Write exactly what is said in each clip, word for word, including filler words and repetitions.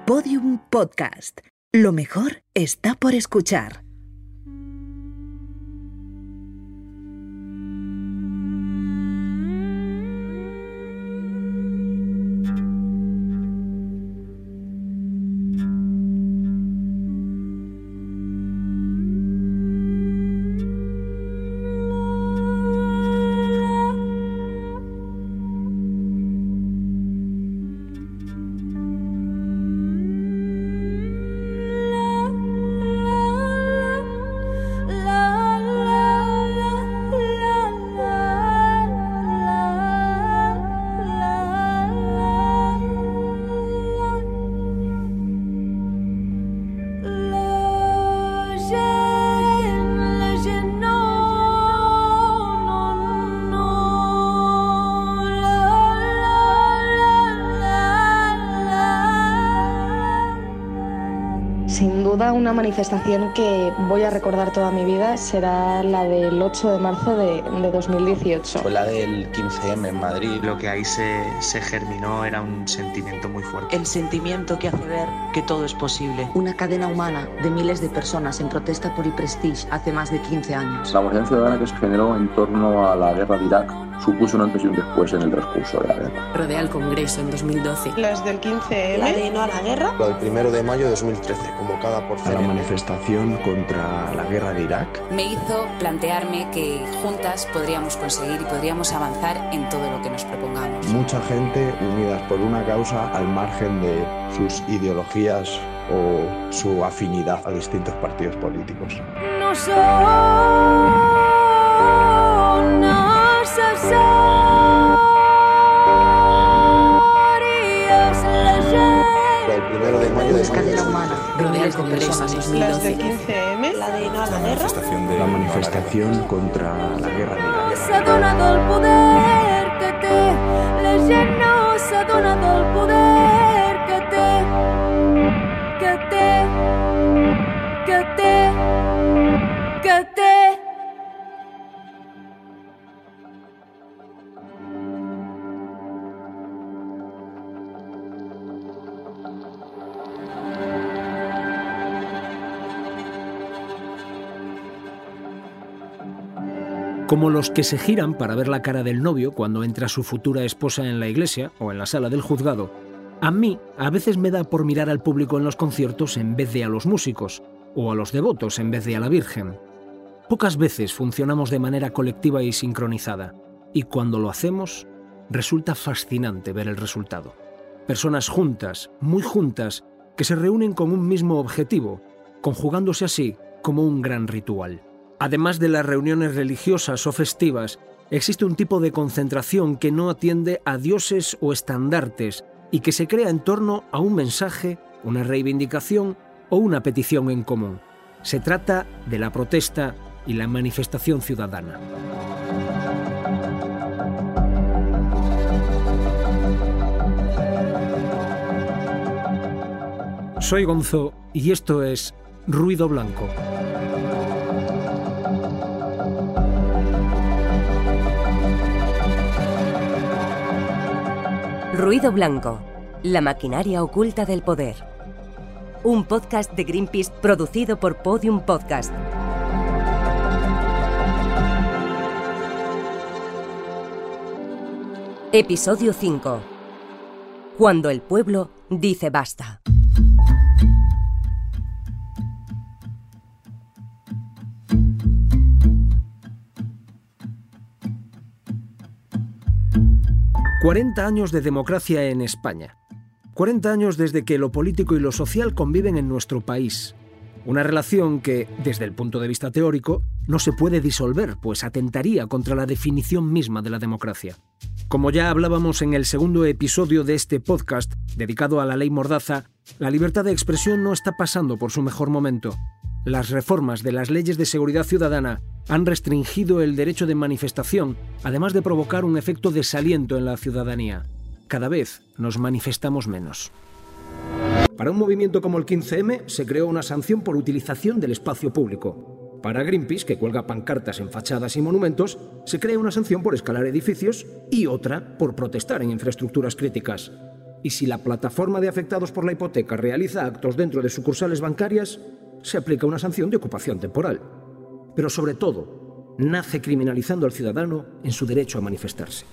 Podium Podcast. Lo mejor está por escuchar. Sin duda, una manifestación que voy a recordar toda mi vida será la del ocho de marzo de, de dos mil dieciocho. Fue la del quince eme en Madrid. Lo que ahí se, se germinó era un sentimiento muy fuerte. El sentimiento que hace ver que todo es posible. Una cadena humana de miles de personas en protesta por iPrestige hace más de quince años. La movilización ciudadana que se generó en torno a la guerra de Irak supuso un antes y un después en el transcurso de la guerra. Rodea el Congreso en dos mil doce. Las del quince eme. La de no a la guerra. La del primero de mayo de dos mil trece, convocada por a la manifestación contra la guerra de Irak. Me hizo plantearme que juntas podríamos conseguir y podríamos avanzar en todo lo que nos propongamos. Mucha gente unidas por una causa al margen de sus ideologías o su afinidad a distintos partidos políticos. No son, no son. El primero de mayo de dos mil doce. Rodea el Congreso en dos mil doce. Las del quince eme. La de no a la, la guerra. Manifestación de la manifestación contra la guerra de Irak. S'ha donat el poder que té, la gent no s'ha donat el poder que té, que té, que té, que té. Como los que se giran para ver la cara del novio cuando entra su futura esposa en la iglesia o en la sala del juzgado, a mí a veces me da por mirar al público en los conciertos en vez de a los músicos, o a los devotos en vez de a la Virgen. Pocas veces funcionamos de manera colectiva y sincronizada, y cuando lo hacemos, resulta fascinante ver el resultado. Personas juntas, muy juntas, que se reúnen con un mismo objetivo, conjugándose así como un gran ritual. Además de las reuniones religiosas o festivas, existe un tipo de concentración que no atiende a dioses o estandartes y que se crea en torno a un mensaje, una reivindicación o una petición en común. Se trata de la protesta y la manifestación ciudadana. Soy Gonzo y esto es Ruido Blanco. Ruido Blanco, la maquinaria oculta del poder. Un podcast de Greenpeace producido por Podium Podcast. Episodio cinco. Cuando el pueblo dice basta. cuarenta años de democracia en España. cuarenta años desde que lo político y lo social conviven en nuestro país. Una relación que, desde el punto de vista teórico, no se puede disolver, pues atentaría contra la definición misma de la democracia. Como ya hablábamos en el segundo episodio de este podcast, dedicado a la ley Mordaza, la libertad de expresión no está pasando por su mejor momento. Las reformas de las leyes de seguridad ciudadana han restringido el derecho de manifestación, además de provocar un efecto desaliento en la ciudadanía. Cada vez nos manifestamos menos. Para un movimiento como el quince eme se creó una sanción por utilización del espacio público. Para Greenpeace, que cuelga pancartas en fachadas y monumentos, se crea una sanción por escalar edificios y otra por protestar en infraestructuras críticas. y si la plataforma de afectados por la hipoteca realiza actos dentro de sucursales bancarias, se aplica una sanción de ocupación temporal. Pero sobre todo, nace criminalizando al ciudadano en su derecho a manifestarse.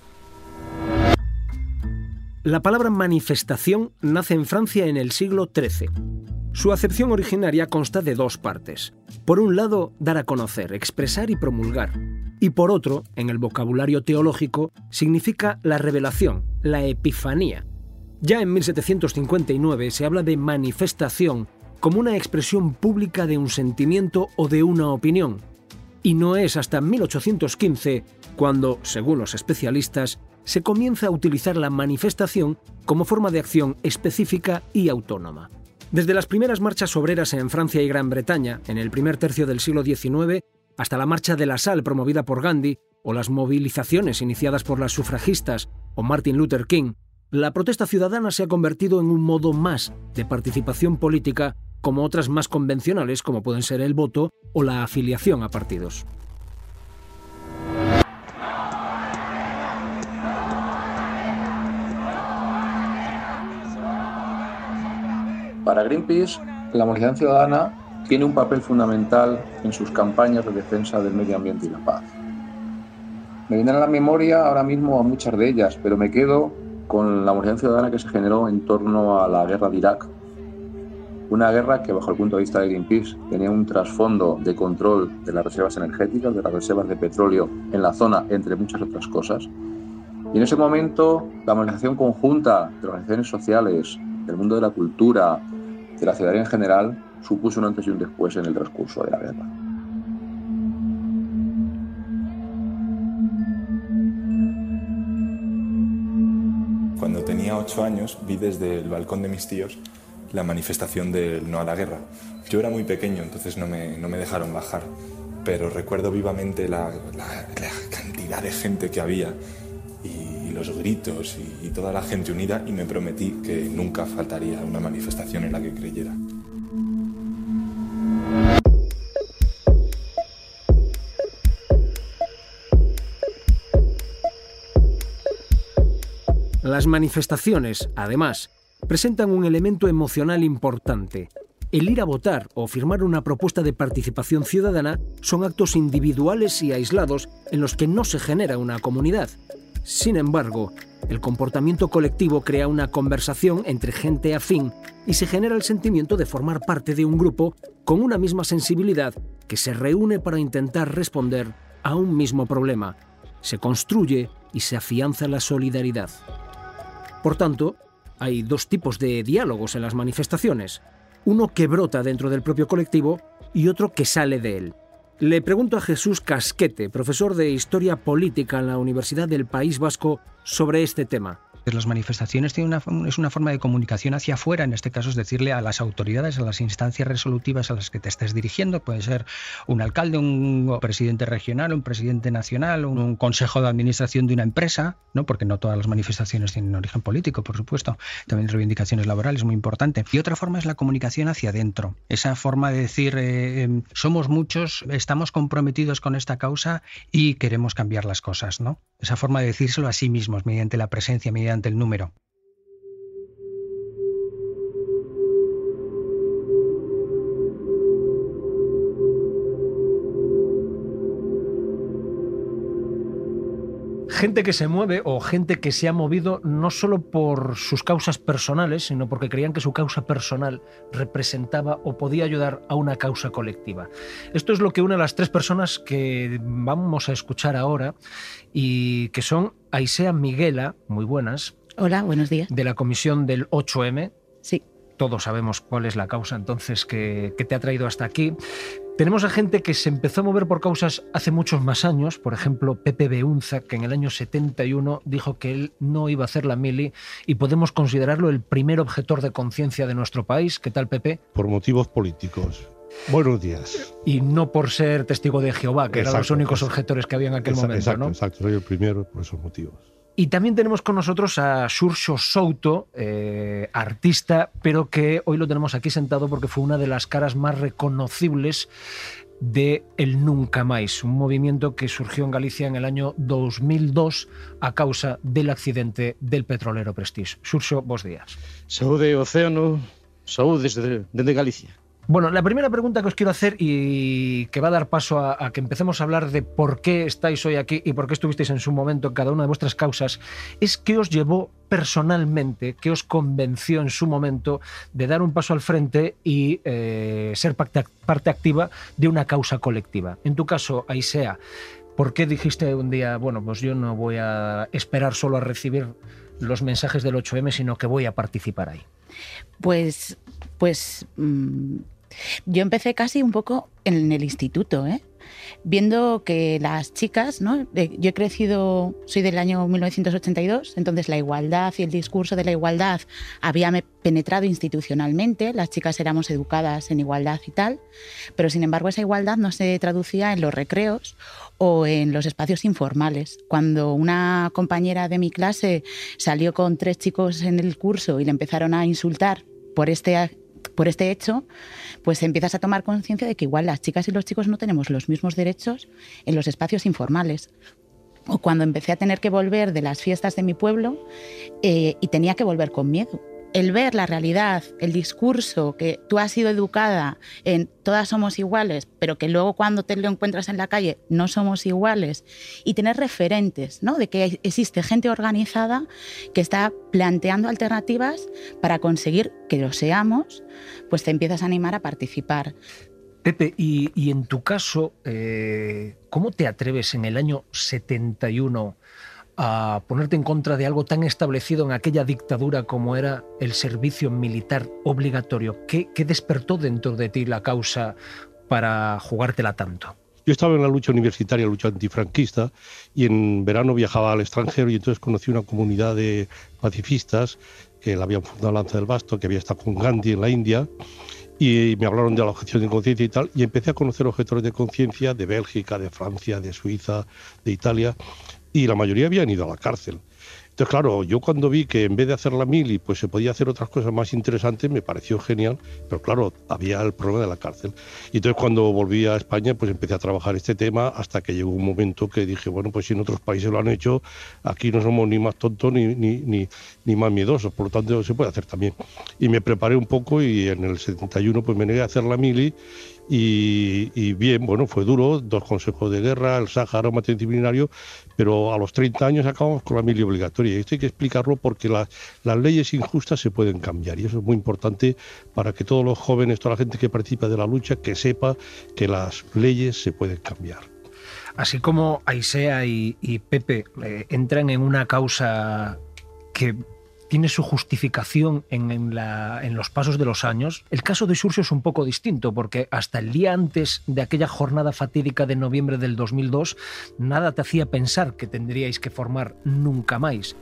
La palabra manifestación nace en Francia en el siglo trece. Su acepción originaria consta de dos partes. Por un lado, dar a conocer, expresar y promulgar. Y por otro, en el vocabulario teológico, significa la revelación, la epifanía. Ya en mil setecientos cincuenta y nueve se habla de manifestación como una expresión pública de un sentimiento o de una opinión. Y no es hasta mil ochocientos quince cuando, según los especialistas, se comienza a utilizar la manifestación como forma de acción específica y autónoma. Desde las primeras marchas obreras en Francia y Gran Bretaña, en el primer tercio del siglo diecinueve, hasta la Marcha de la Sal promovida por Gandhi, o las movilizaciones iniciadas por las sufragistas o Martin Luther King, la protesta ciudadana se ha convertido en un modo más de participación política, como otras más convencionales como pueden ser el voto o la afiliación a partidos. Para Greenpeace, la movilización ciudadana tiene un papel fundamental en sus campañas de defensa del medio ambiente y la paz. Me vienen a la memoria ahora mismo a muchas de ellas, pero me quedo con la movilización ciudadana que se generó en torno a la guerra de Irak. Una guerra que, bajo el punto de vista de Greenpeace, tenía un trasfondo de control de las reservas energéticas, de las reservas de petróleo en la zona, entre muchas otras cosas. Y en ese momento, la movilización conjunta de organizaciones sociales, del mundo de la cultura, de la ciudadanía en general, supuso un antes y un después en el transcurso de la guerra. Cuando tenía ocho años vi desde el balcón de mis tíos la manifestación del no a la guerra. Yo era muy pequeño, entonces no me, no me dejaron bajar, pero recuerdo vivamente la, la, la cantidad de gente que había y los gritos y, y toda la gente unida, y me prometí que nunca faltaría una manifestación en la que creyera. Las manifestaciones, además, presentan un elemento emocional importante. El ir a votar o firmar una propuesta de participación ciudadana son actos individuales y aislados en los que no se genera una comunidad. Sin embargo, el comportamiento colectivo crea una conversación entre gente afín y se genera el sentimiento de formar parte de un grupo con una misma sensibilidad que se reúne para intentar responder a un mismo problema. Se construye y se afianza la solidaridad. Por tanto, hay dos tipos de diálogos en las manifestaciones. Uno que brota dentro del propio colectivo y otro que sale de él. Le pregunto a Jesús Casquete, profesor de Historia Política en la Universidad del País Vasco, sobre este tema. Las manifestaciones tienen una, es una forma de comunicación hacia afuera, en este caso es decirle a las autoridades, a las instancias resolutivas a las que te estés dirigiendo, puede ser un alcalde, un presidente regional, un presidente nacional, un, un consejo de administración de una empresa, ¿no? Porque no todas las manifestaciones tienen origen político, por supuesto, también reivindicaciones laborales, muy importante. Y otra forma es la comunicación hacia adentro, esa forma de decir, eh, eh, somos muchos, estamos comprometidos con esta causa y queremos cambiar las cosas, ¿no? Esa forma de decírselo a sí mismos, mediante la presencia, mediante ante el número. Gente que se mueve o gente que se ha movido no solo por sus causas personales, sino porque creían que su causa personal representaba o podía ayudar a una causa colectiva. Esto es lo que une a las tres personas que vamos a escuchar ahora y que son Aisea Miguela, muy buenas. Hola, buenos días. De la comisión del ocho eme. Sí. Todos sabemos cuál es la causa entonces que, que te ha traído hasta aquí. Tenemos a gente que se empezó a mover por causas hace muchos más años, por ejemplo Pepe Beunza, que en el año setenta y uno dijo que él no iba a hacer la mili y podemos considerarlo el primer objetor de conciencia de nuestro país. ¿Qué tal, Pepe? Por motivos políticos. Buenos días. Y no por ser testigo de Jehová, que exacto, eran los únicos exacto. objetores que había en aquel exacto, momento, exacto, ¿no? Exacto, soy el primero por esos motivos. Y también tenemos con nosotros a Xurxo Souto, eh, artista, pero que hoy lo tenemos aquí sentado porque fue una de las caras más reconocibles de el Nunca Máis, un movimiento que surgió en Galicia en el año dos mil dos a causa del accidente del petrolero Prestige. Xurxo, bos días. Saúde, Océano, saúde desde, desde Galicia. Bueno, la primera pregunta que os quiero hacer y que va a dar paso a, a que empecemos a hablar de por qué estáis hoy aquí y por qué estuvisteis en su momento en cada una de vuestras causas es qué os llevó personalmente, qué os convenció en su momento de dar un paso al frente y eh, ser parte, parte activa de una causa colectiva. En tu caso, Aisea, ¿por qué dijiste un día, bueno, pues yo no voy a esperar solo a recibir los mensajes del ocho eme, sino que voy a participar ahí? Pues, pues mmm, yo empecé casi un poco en el instituto, ¿eh? Viendo que las chicas, ¿no? Yo he crecido, soy del año mil novecientos ochenta y dos, entonces la igualdad y el discurso de la igualdad había penetrado institucionalmente, las chicas éramos educadas en igualdad y tal, pero sin embargo esa igualdad no se traducía en los recreos o en los espacios informales. Cuando una compañera de mi clase salió con tres chicos en el curso y le empezaron a insultar por este por este hecho, pues empiezas a tomar conciencia de que igual las chicas y los chicos no tenemos los mismos derechos en los espacios informales. O cuando empecé a tener que volver de las fiestas de mi pueblo eh, y tenía que volver con miedo. El ver la realidad, el discurso, que tú has sido educada en todas somos iguales, pero que luego cuando te lo encuentras en la calle no somos iguales, y tener referentes, ¿no? De que existe gente organizada que está planteando alternativas para conseguir que lo seamos, pues te empiezas a animar a participar. Pepe, y, y en tu caso, eh, ¿cómo te atreves en el año setenta y uno a ponerte en contra de algo tan establecido en aquella dictadura como era el servicio militar obligatorio? ¿Qué, qué despertó dentro de ti la causa para jugártela tanto? Yo estaba en la lucha universitaria, lucha antifranquista, y en verano viajaba al extranjero y entonces conocí una comunidad de pacifistas que la habían fundado Lanza del Basto, que había estado con Gandhi en la India, y me hablaron de la objeción de conciencia y tal, y empecé a conocer objetores de conciencia de Bélgica, de Francia, de Suiza, de Italia, y la mayoría habían ido a la cárcel. Entonces, claro, yo cuando vi que en vez de hacer la mili, pues se podía hacer otras cosas más interesantes, me pareció genial, pero claro, había el problema de la cárcel. Y entonces cuando volví a España, pues empecé a trabajar este tema hasta que llegó un momento que dije, bueno, pues si en otros países lo han hecho, aquí no somos ni más tontos ni, ni, ni, ni más miedosos, por lo tanto se puede hacer también. Y me preparé un poco y en el setenta y uno pues me negué a hacer la mili. Y, y bien, bueno, fue duro, dos consejos de guerra, el Sáhara, un mate disciplinario, pero a los treinta años acabamos con la mili obligatoria. Y esto hay que explicarlo porque la, las leyes injustas se pueden cambiar y eso es muy importante para que todos los jóvenes, toda la gente que participa de la lucha, que sepa que las leyes se pueden cambiar. Así como Aisea y, y Pepe eh, entran en una causa que tiene su justificación en, en, la, en los pasos de los años, el caso de Xurxo es un poco distinto, porque hasta el día antes de aquella jornada fatídica de noviembre del dos mil dos, nada te hacía pensar que tendríais que formar Nunca Máis.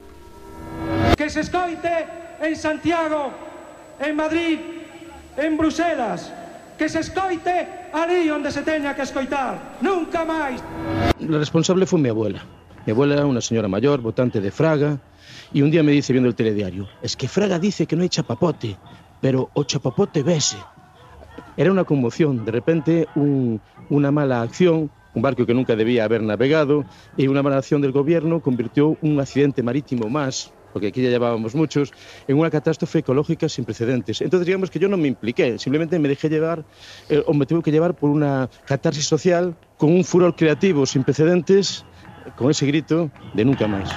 Que se escoite en Santiago, en Madrid, en Bruselas, que se escoite ali onde se teña que escoitar, Nunca Máis. La responsable fue mi abuela. Mi abuela era una señora mayor, votante de Fraga, y un día me dice viendo el telediario, es que Fraga dice que no hay chapapote, pero o chapapote vese. Era una conmoción, de repente un, una mala acción, un barco que nunca debía haber navegado, y una mala acción del gobierno convirtió un accidente marítimo más, porque aquí ya llevábamos muchos, en una catástrofe ecológica sin precedentes. Entonces digamos que yo no me impliqué, simplemente me dejé llevar, eh, o me tuve que llevar por una catarsis social, con un furor creativo sin precedentes, con ese grito de Nunca Máis.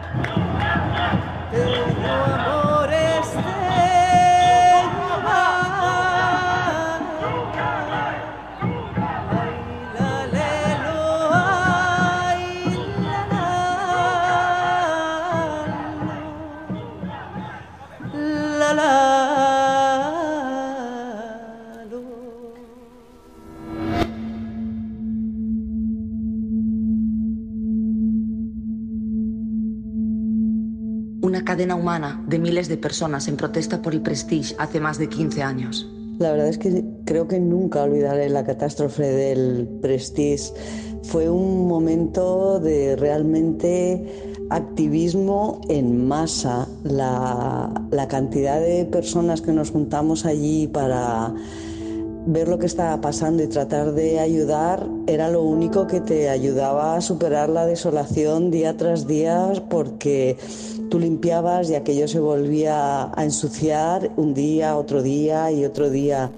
Una cadena humana de miles de personas en protesta por el Prestige hace más de quince años. La verdad es que creo que nunca olvidaré la catástrofe del Prestige. Fue un momento de realmente activismo en masa. La, la cantidad de personas que nos juntamos allí para ver lo que estaba pasando y tratar de ayudar era lo único que te ayudaba a superar la desolación día tras día, porque tú limpiabas y aquello se volvía a ensuciar un día, otro día y otro día.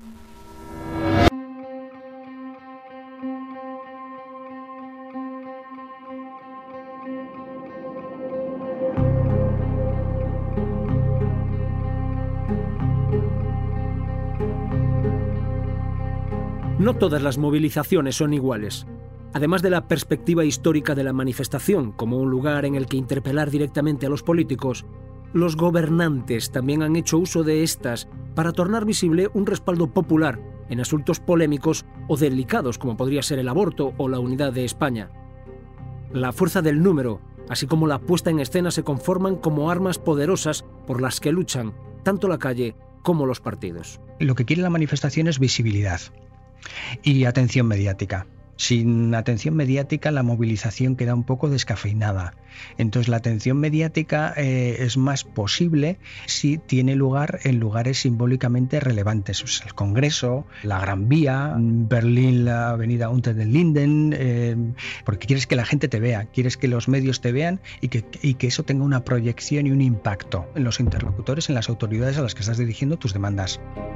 No todas las movilizaciones son iguales. Además de la perspectiva histórica de la manifestación como un lugar en el que interpelar directamente a los políticos, los gobernantes también han hecho uso de estas para tornar visible un respaldo popular en asuntos polémicos o delicados como podría ser el aborto o la unidad de España. La fuerza del número, así como la puesta en escena, se conforman como armas poderosas por las que luchan tanto la calle como los partidos. Lo que quiere la manifestación es visibilidad y atención mediática. Sin atención mediática la movilización queda un poco descafeinada. Entonces la atención mediática eh, es más posible si tiene lugar en lugares simbólicamente relevantes. O sea, el Congreso, la Gran Vía, Berlín, la avenida Unter den Linden, eh, porque quieres que la gente te vea, quieres que los medios te vean y que, y que eso tenga una proyección y un impacto en los interlocutores, en las autoridades a las que estás dirigiendo tus demandas.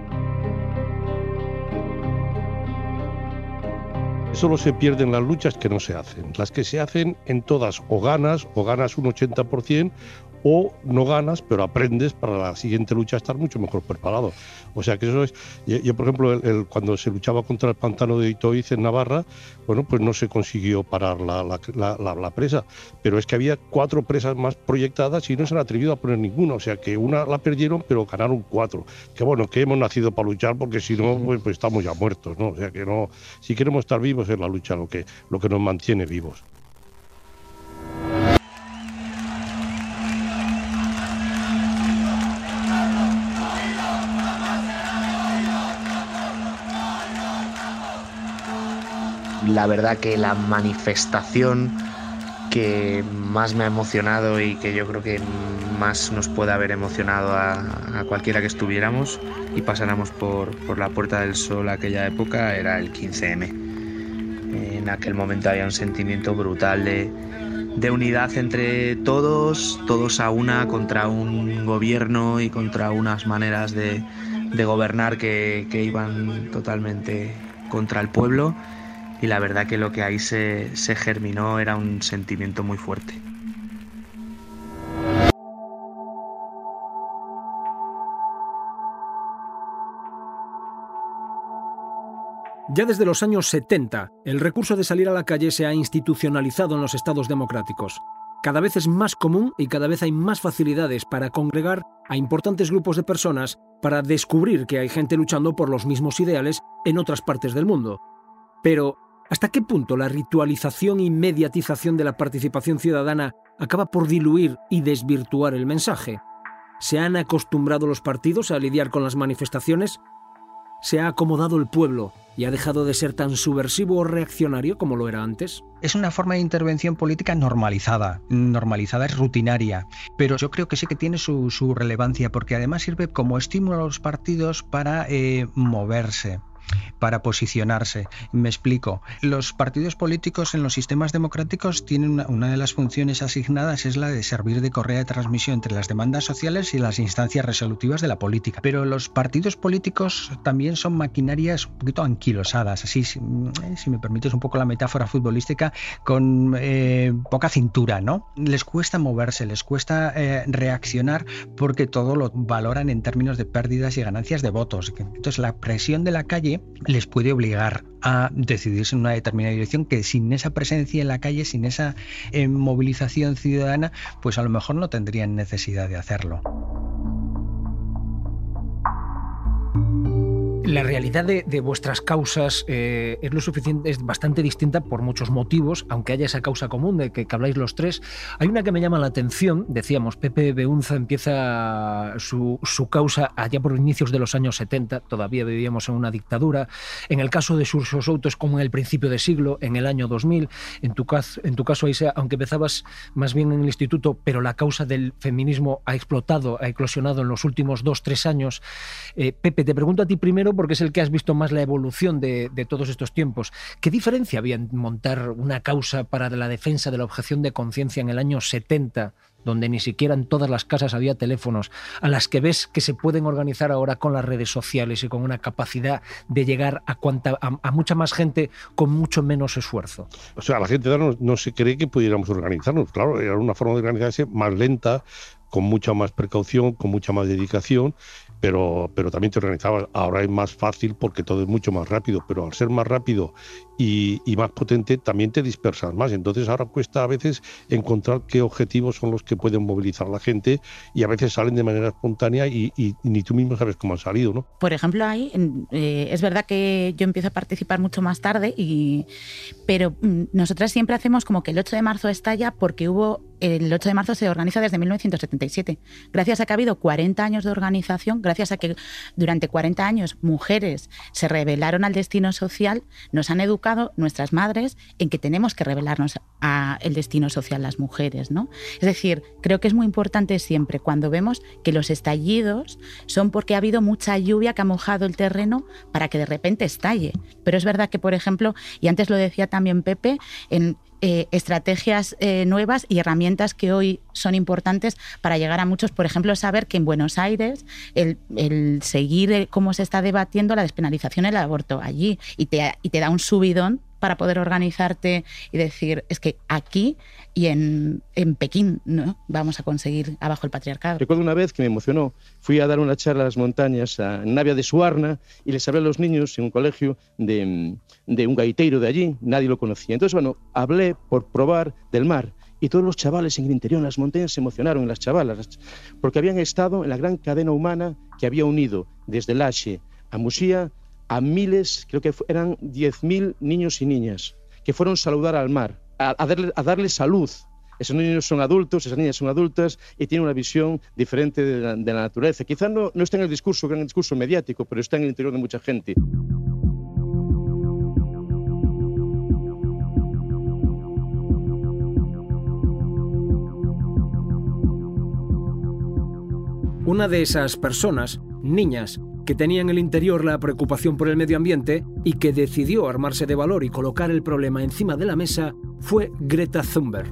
Solo se pierden las luchas que no se hacen. Las que se hacen, en todas o ganas, o ganas un ochenta por ciento, o no ganas, pero aprendes para la siguiente lucha estar mucho mejor preparado. O sea que eso es... Yo, yo por ejemplo, el, el, cuando se luchaba contra el pantano de Itoiz en Navarra, bueno, pues no se consiguió parar la, la, la, la, la presa, pero es que había cuatro presas más proyectadas y no se han atrevido a poner ninguna. O sea que una la perdieron, pero ganaron cuatro. Que bueno, que hemos nacido para luchar, porque si no, pues, pues estamos ya muertos, ¿no? O sea que no... Si queremos estar vivos es la lucha lo que, lo que nos mantiene vivos. La verdad que la manifestación que más me ha emocionado y que yo creo que más nos puede haber emocionado a, a cualquiera que estuviéramos y pasáramos por, por la Puerta del Sol aquella época era el quince eme. En aquel momento había un sentimiento brutal de, de unidad entre todos, todos a una contra un gobierno y contra unas maneras de, de gobernar que, que iban totalmente contra el pueblo. Y la verdad que lo que ahí se, se germinó era un sentimiento muy fuerte. Ya desde los años setenta, el recurso de salir a la calle se ha institucionalizado en los estados democráticos. Cada vez es más común y cada vez hay más facilidades para congregar a importantes grupos de personas para descubrir que hay gente luchando por los mismos ideales en otras partes del mundo. Pero, ¿hasta qué punto la ritualización y mediatización de la participación ciudadana acaba por diluir y desvirtuar el mensaje? ¿Se han acostumbrado los partidos a lidiar con las manifestaciones? ¿Se ha acomodado el pueblo y ha dejado de ser tan subversivo o reaccionario como lo era antes? Es una forma de intervención política normalizada. Normalizada es rutinaria. Pero yo creo que sí que tiene su, su relevancia, porque además sirve como estímulo a los partidos para eh, moverse, para posicionarse. Me explico. Los partidos políticos en los sistemas democráticos tienen una, una de las funciones asignadas es la de servir de correa de transmisión entre las demandas sociales y las instancias resolutivas de la política. Pero los partidos políticos también son maquinarias un poquito anquilosadas, así, si, si me permites un poco la metáfora futbolística, con eh, poca cintura, ¿no? Les cuesta moverse, les cuesta eh, reaccionar porque todo lo valoran en términos de pérdidas y ganancias de votos. Entonces la presión de la calle les puede obligar a decidirse en una determinada dirección que sin esa presencia en la calle, sin esa eh, movilización ciudadana, pues a lo mejor no tendrían necesidad de hacerlo. La realidad de, de vuestras causas eh, es lo suficiente, es bastante distinta por muchos motivos, aunque haya esa causa común de que, que habláis los tres. Hay una que me llama la atención. Decíamos, Pepe Beunza empieza su, su causa allá por inicios de los años setenta, todavía vivíamos en una dictadura. En el caso de Xurxo Souto es como en el principio de siglo, en el año dos mil. En tu caso, en tu caso Aisea, aunque empezabas más bien en el instituto, pero la causa del feminismo ha explotado, ha eclosionado en los últimos dos, tres años. Eh, Pepe, te pregunto a ti primero, contigo porque es el que has visto más la evolución de, de todos estos tiempos. ¿Qué diferencia había en montar una causa para la defensa de la objeción de conciencia en el año setenta, donde ni siquiera en todas las casas había teléfonos, a las que ves que se pueden organizar ahora con las redes sociales y con una capacidad de llegar a, cuanta, a, a mucha más gente con mucho menos esfuerzo? O sea, la gente no, no se cree que pudiéramos organizarnos. Claro, era una forma de organizarse más lenta, con mucha más precaución, con mucha más dedicación, pero, pero también te organizabas. Ahora es más fácil porque todo es mucho más rápido, pero al ser más rápido y, y más potente también te dispersas más. Entonces ahora cuesta a veces encontrar qué objetivos son los que pueden movilizar a la gente y a veces salen de manera espontánea y, y, y ni tú mismo sabes cómo han salido, ¿no? Por ejemplo, ahí eh, es verdad que yo empiezo a participar mucho más tarde, y, pero mm, nosotras siempre hacemos como que el ocho de marzo estalla porque hubo... El ocho de marzo se organiza desde mil novecientos setenta y siete. Gracias a que ha habido cuarenta años de organización, gracias a que durante cuarenta años mujeres se rebelaron al destino social, nos han educado nuestras madres en que tenemos que rebelarnos al destino social las mujeres, ¿no? Es decir, creo que es muy importante siempre cuando vemos que los estallidos son porque ha habido mucha lluvia que ha mojado el terreno para que de repente estalle. Pero es verdad que, por ejemplo, y antes lo decía también Pepe, en Eh, estrategias eh, nuevas y herramientas que hoy son importantes para llegar a muchos. Por ejemplo, saber que en Buenos Aires el, el seguir el, cómo se está debatiendo la despenalización del aborto allí y te, y te da un subidón para poder organizarte y decir, es que aquí y en, en Pekín, ¿no?, vamos a conseguir abajo el patriarcado. Recuerdo una vez que me emocionó, fui a dar una charla a las montañas, a Navia de Suarna, y les hablé a los niños en un colegio de, de un gaiteiro de allí, nadie lo conocía. Entonces, bueno, hablé por probar del mar, y todos los chavales en el interior, en las montañas, se emocionaron, las chavalas, porque habían estado en la gran cadena humana que había unido desde Laxe a Musía a miles, creo que eran diez mil niños y niñas, que fueron a saludar al mar, a, a, darle, a darle salud. Esos niños son adultos, esas niñas son adultas y tienen una visión diferente de la, de la naturaleza. Quizás no, no está en el discurso, en el discurso mediático, pero está en el interior de mucha gente. Una de esas personas, niñas, que tenía en el interior la preocupación por el medio ambiente y que decidió armarse de valor y colocar el problema encima de la mesa, fue Greta Thunberg.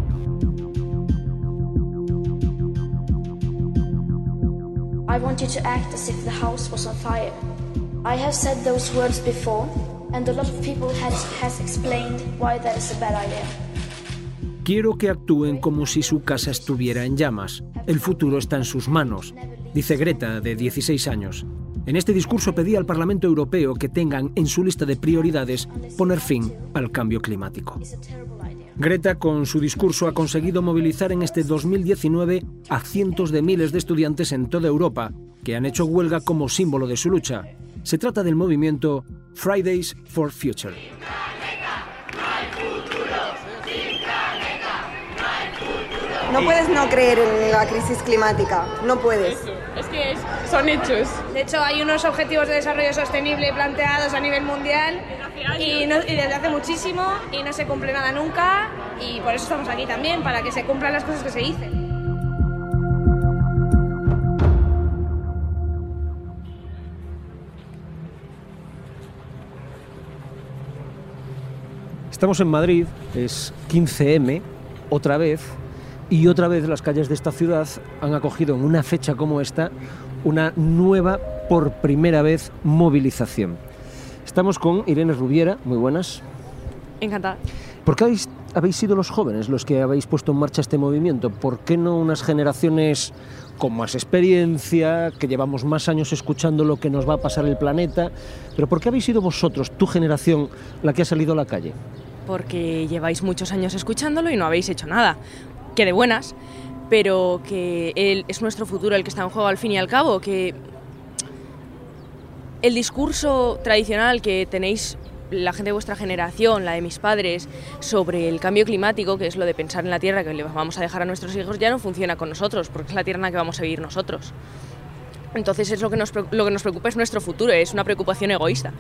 I want you to act as if the house was on fire. I have said those words before, and a lot of people has, has explained why that is a bad idea. Quiero que actúen como si su casa estuviera en llamas. El futuro está en sus manos, dice Greta, de dieciséis años. En este discurso pedía al Parlamento Europeo que tengan en su lista de prioridades poner fin al cambio climático. Greta, con su discurso, ha conseguido movilizar en este dos mil diecinueve a cientos de miles de estudiantes en toda Europa, que han hecho huelga como símbolo de su lucha. Se trata del movimiento Fridays for Future. No puedes no creer en la crisis climática, no puedes. Es que es, son hechos. De hecho, hay unos objetivos de desarrollo sostenible planteados a nivel mundial y, no, y desde hace muchísimo y no se cumple nada nunca, y por eso estamos aquí también, para que se cumplan las cosas que se dicen. Estamos en Madrid, es quince eme, otra vez. Y otra vez las calles de esta ciudad han acogido en una fecha como esta una nueva, por primera vez, movilización. Estamos con Irene Rubiera, muy buenas. Encantada. ¿Por qué habéis, habéis sido los jóvenes los que habéis puesto en marcha este movimiento? ¿Por qué no unas generaciones con más experiencia, que llevamos más años escuchando lo que nos va a pasar el planeta? ¿Pero por qué habéis sido vosotros, tu generación, la que ha salido a la calle? Porque lleváis muchos años escuchándolo y no habéis hecho nada. Que de buenas, pero que él es nuestro futuro el que está en juego al fin y al cabo, que el discurso tradicional que tenéis la gente de vuestra generación, la de mis padres, sobre el cambio climático, que es lo de pensar en la tierra que le vamos a dejar a nuestros hijos, ya no funciona con nosotros, porque es la tierra en la que vamos a vivir nosotros. Entonces es lo que nos, lo que nos preocupa es nuestro futuro, es una preocupación egoísta.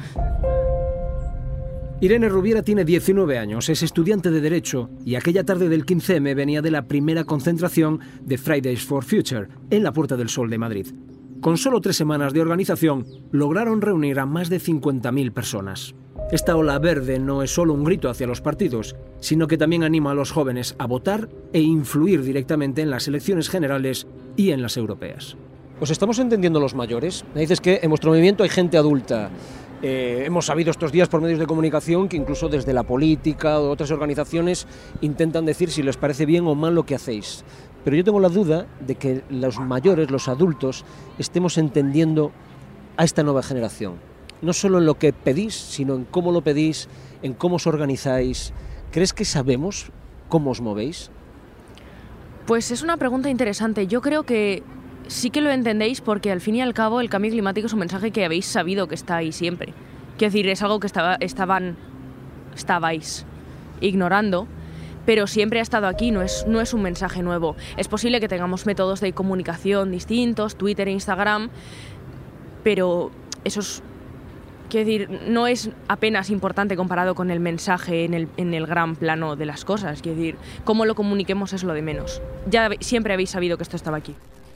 Irene Rubiera tiene diecinueve años, es estudiante de Derecho y aquella tarde del quince eme venía de la primera concentración de Fridays for Future en la Puerta del Sol de Madrid. con solo tres semanas de organización, lograron reunir a más de cincuenta mil personas. Esta ola verde no es solo un grito hacia los partidos, sino que también anima a los jóvenes a votar e influir directamente en las elecciones generales y en las europeas. ¿Os estamos entendiendo los mayores? Me dices que en vuestro movimiento hay gente adulta. Eh, hemos sabido estos días por medios de comunicación que incluso desde la política o otras organizaciones intentan decir si les parece bien o mal lo que hacéis. Pero yo tengo la duda de que los mayores, los adultos, estemos entendiendo a esta nueva generación. No solo en lo que pedís, sino en cómo lo pedís, en cómo os organizáis. ¿Crees que sabemos cómo os movéis? Pues es una pregunta interesante. Yo creo que sí que lo entendéis porque al fin y al cabo el cambio climático es un mensaje que habéis sabido que está ahí siempre. Quiero decir, es algo que estaba, estaban, estabais ignorando, pero siempre ha estado aquí, no es, no es un mensaje nuevo. Es posible que tengamos métodos de comunicación distintos, Twitter e Instagram, pero eso es... Quiero decir, no es apenas importante comparado con el mensaje en el, en el gran plano de las cosas. Quiero decir, cómo lo comuniquemos es lo de menos. Ya siempre habéis sabido que esto estaba aquí.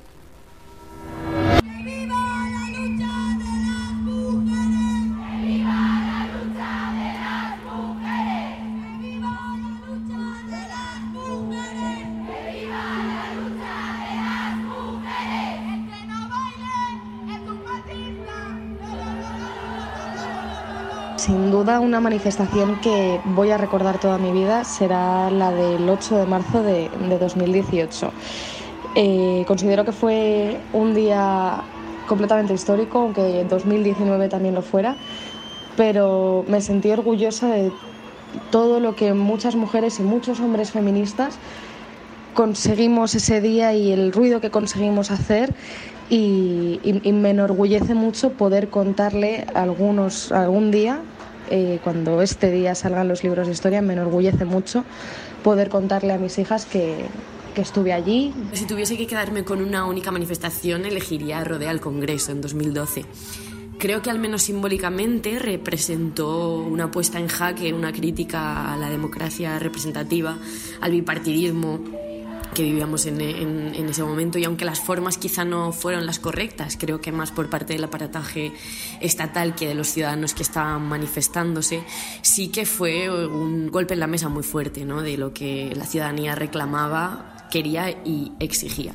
Sin duda una manifestación que voy a recordar toda mi vida será la del ocho de marzo de, de dos mil dieciocho. Eh, considero que fue un día completamente histórico, aunque dos mil diecinueve también lo fuera, pero me sentí orgullosa de todo lo que muchas mujeres y muchos hombres feministas conseguimos ese día y el ruido que conseguimos hacer. Y, y, y me enorgullece mucho poder contarle a algunos algún día, eh, cuando este día salgan los libros de historia, me enorgullece mucho poder contarle a mis hijas que, que estuve allí. Si tuviese que quedarme con una única manifestación, elegiría Rodea al Congreso en dos mil doce. Creo que al menos simbólicamente representó una puesta en jaque, una crítica a la democracia representativa, al bipartidismo que vivíamos en, en, en ese momento, y aunque las formas quizá no fueron las correctas, creo que más por parte del aparataje estatal que de los ciudadanos que estaban manifestándose, sí que fue un golpe en la mesa muy fuerte, ¿no?, de lo que la ciudadanía reclamaba, quería y exigía.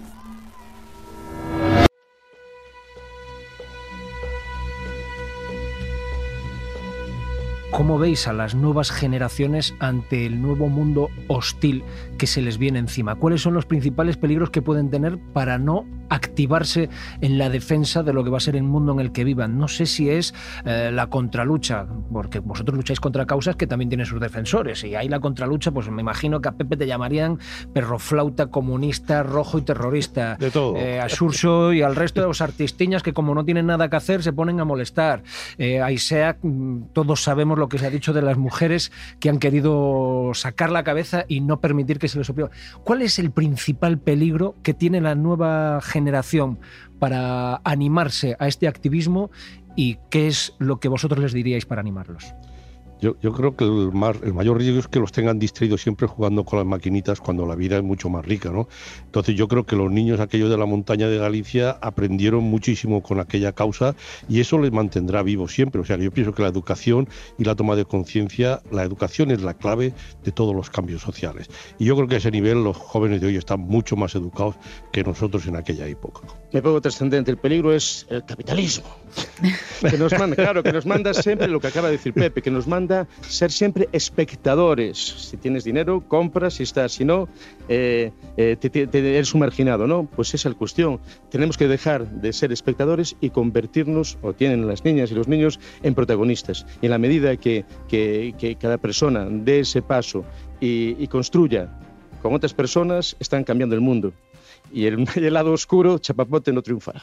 ¿Cómo veis a las nuevas generaciones ante el nuevo mundo hostil que se les viene encima? ¿Cuáles son los principales peligros que pueden tener para no activarse en la defensa de lo que va a ser el mundo en el que vivan? No sé si es eh, la contralucha, porque vosotros lucháis contra causas que también tienen sus defensores, y ahí la contralucha, pues me imagino que a Pepe te llamarían perroflauta, comunista, rojo y terrorista. De todo. Eh, a Xurxo y al resto de los artistiñas que, como no tienen nada que hacer, se ponen a molestar. Eh, a Isaac, todos sabemos lo que se ha dicho de las mujeres que han querido sacar la cabeza y no permitir que se les oprima. ¿Cuál es el principal peligro que tiene la nueva generación para animarse a este activismo, y qué es lo que vosotros les diríais para animarlos? Yo, yo creo que el, más, el mayor riesgo es que los tengan distraídos siempre jugando con las maquinitas cuando la vida es mucho más rica, ¿no? Entonces yo creo que los niños aquellos de la montaña de Galicia aprendieron muchísimo con aquella causa, y eso les mantendrá vivos siempre. O sea, yo pienso que la educación y la toma de conciencia, la educación es la clave de todos los cambios sociales. Y yo creo que a ese nivel los jóvenes de hoy están mucho más educados que nosotros en aquella época. Me pongo trascendente. El peligro es el capitalismo. Que nos manda, claro, que nos manda siempre lo que acaba de decir Pepe, que nos manda ser siempre espectadores. Si tienes dinero, compras, si estás, si no, eh, eh, te, te, te eres un marginado, ¿no? Pues esa es la cuestión. Tenemos que dejar de ser espectadores y convertirnos, o tienen las niñas y los niños, en protagonistas. Y en la medida que, que, que cada persona dé ese paso y, y construya con otras personas, están cambiando el mundo. Y el, el lado oscuro, chapapote, no triunfará.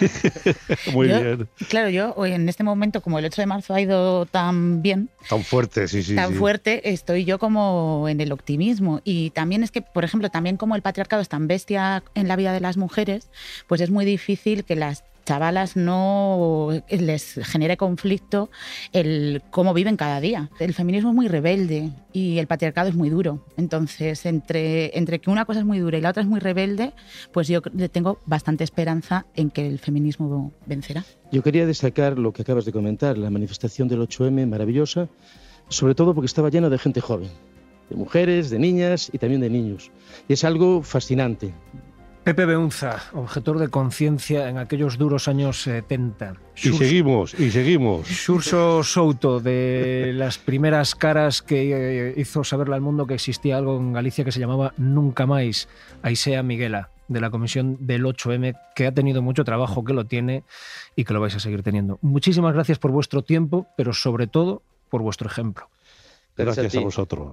Muy yo, bien. Claro, yo hoy en este momento, como el ocho de marzo ha ido tan bien, tan fuerte, sí, sí. Tan sí. fuerte, estoy yo como en el optimismo. Y también es que, por ejemplo, también como el patriarcado es tan bestia en la vida de las mujeres, pues es muy difícil que las chavalas no les genere conflicto el cómo viven cada día. El feminismo es muy rebelde y el patriarcado es muy duro. Entonces, entre, entre que una cosa es muy dura y la otra es muy rebelde, pues yo le tengo bastante esperanza en que el feminismo vencerá. Yo quería destacar lo que acabas de comentar, la manifestación del ocho eme, maravillosa, sobre todo porque estaba llena de gente joven, de mujeres, de niñas y también de niños. Y es algo fascinante. Pepe Beunza, objetor de conciencia en aquellos duros años setenta. Y seguimos, y seguimos. Xurxo Souto, de las primeras caras que hizo saberle al mundo que existía algo en Galicia que se llamaba Nunca Máis. Aisea Miguela, de la Comisión del ocho eme, que ha tenido mucho trabajo, que lo tiene y que lo vais a seguir teniendo. Muchísimas gracias por vuestro tiempo, pero sobre todo por vuestro ejemplo. Gracias, gracias a, a vosotros.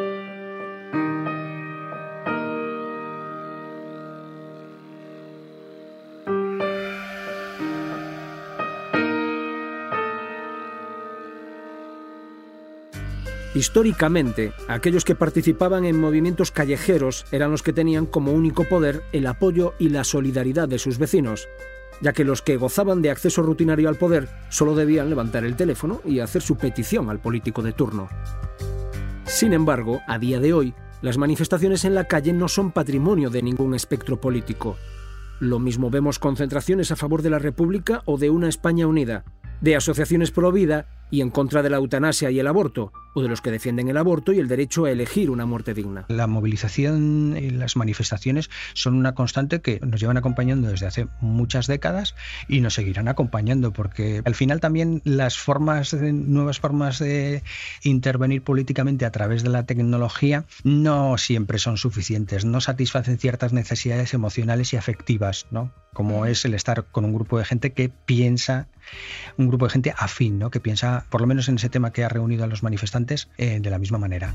Históricamente, aquellos que participaban en movimientos callejeros eran los que tenían como único poder el apoyo y la solidaridad de sus vecinos, ya que los que gozaban de acceso rutinario al poder solo debían levantar el teléfono y hacer su petición al político de turno. Sin embargo, a día de hoy, las manifestaciones en la calle no son patrimonio de ningún espectro político. Lo mismo vemos concentraciones a favor de la República o de una España unida, de asociaciones pro vida y en contra de la eutanasia y el aborto, o de los que defienden el aborto y el derecho a elegir una muerte digna. La movilización y las manifestaciones son una constante que nos llevan acompañando desde hace muchas décadas y nos seguirán acompañando, porque al final también las formas, de, nuevas formas de intervenir políticamente a través de la tecnología no siempre son suficientes, no satisfacen ciertas necesidades emocionales y afectivas, ¿no? Como es el estar con un grupo de gente que piensa, un grupo de gente afín, ¿no? Que piensa, por lo menos en ese tema que ha reunido a los manifestantes, eh, de la misma manera.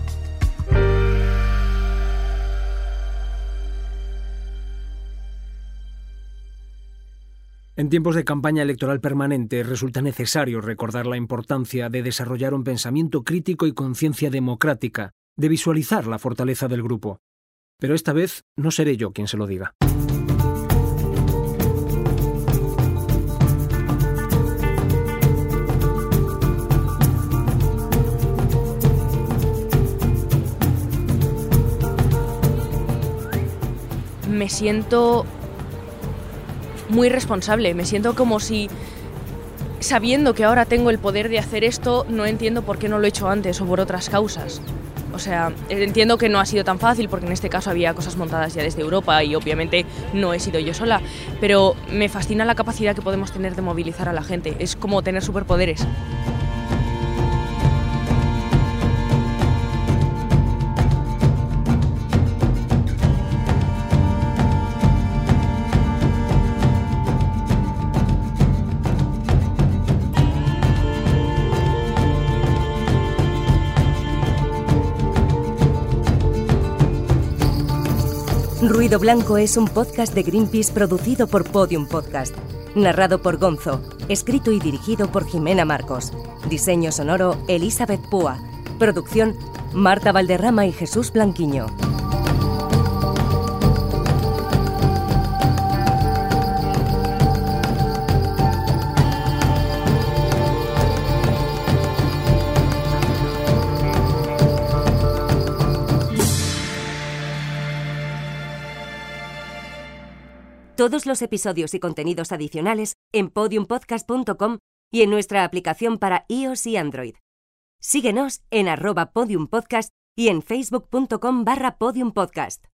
En tiempos de campaña electoral permanente resulta necesario recordar la importancia de desarrollar un pensamiento crítico y conciencia democrática, de visualizar la fortaleza del grupo. Pero esta vez no seré yo quien se lo diga. Me siento muy responsable, me siento como si, sabiendo que ahora tengo el poder de hacer esto, no entiendo por qué no lo he hecho antes o por otras causas. O sea, entiendo que no ha sido tan fácil porque en este caso había cosas montadas ya desde Europa y obviamente no he sido yo sola, pero me fascina la capacidad que podemos tener de movilizar a la gente, es como tener superpoderes. Ruido Blanco es un podcast de Greenpeace producido por Podium Podcast. Narrado por Gonzo. Escrito y dirigido por Jimena Marcos. Diseño sonoro Elizabeth Púa. Producción Marta Valderrama y Jesús Blanquiño. Todos los episodios y contenidos adicionales en podium podcast punto com y en nuestra aplicación para iOS y Android. Síguenos en arroba podiumpodcast y en facebook punto com barra podiumpodcast.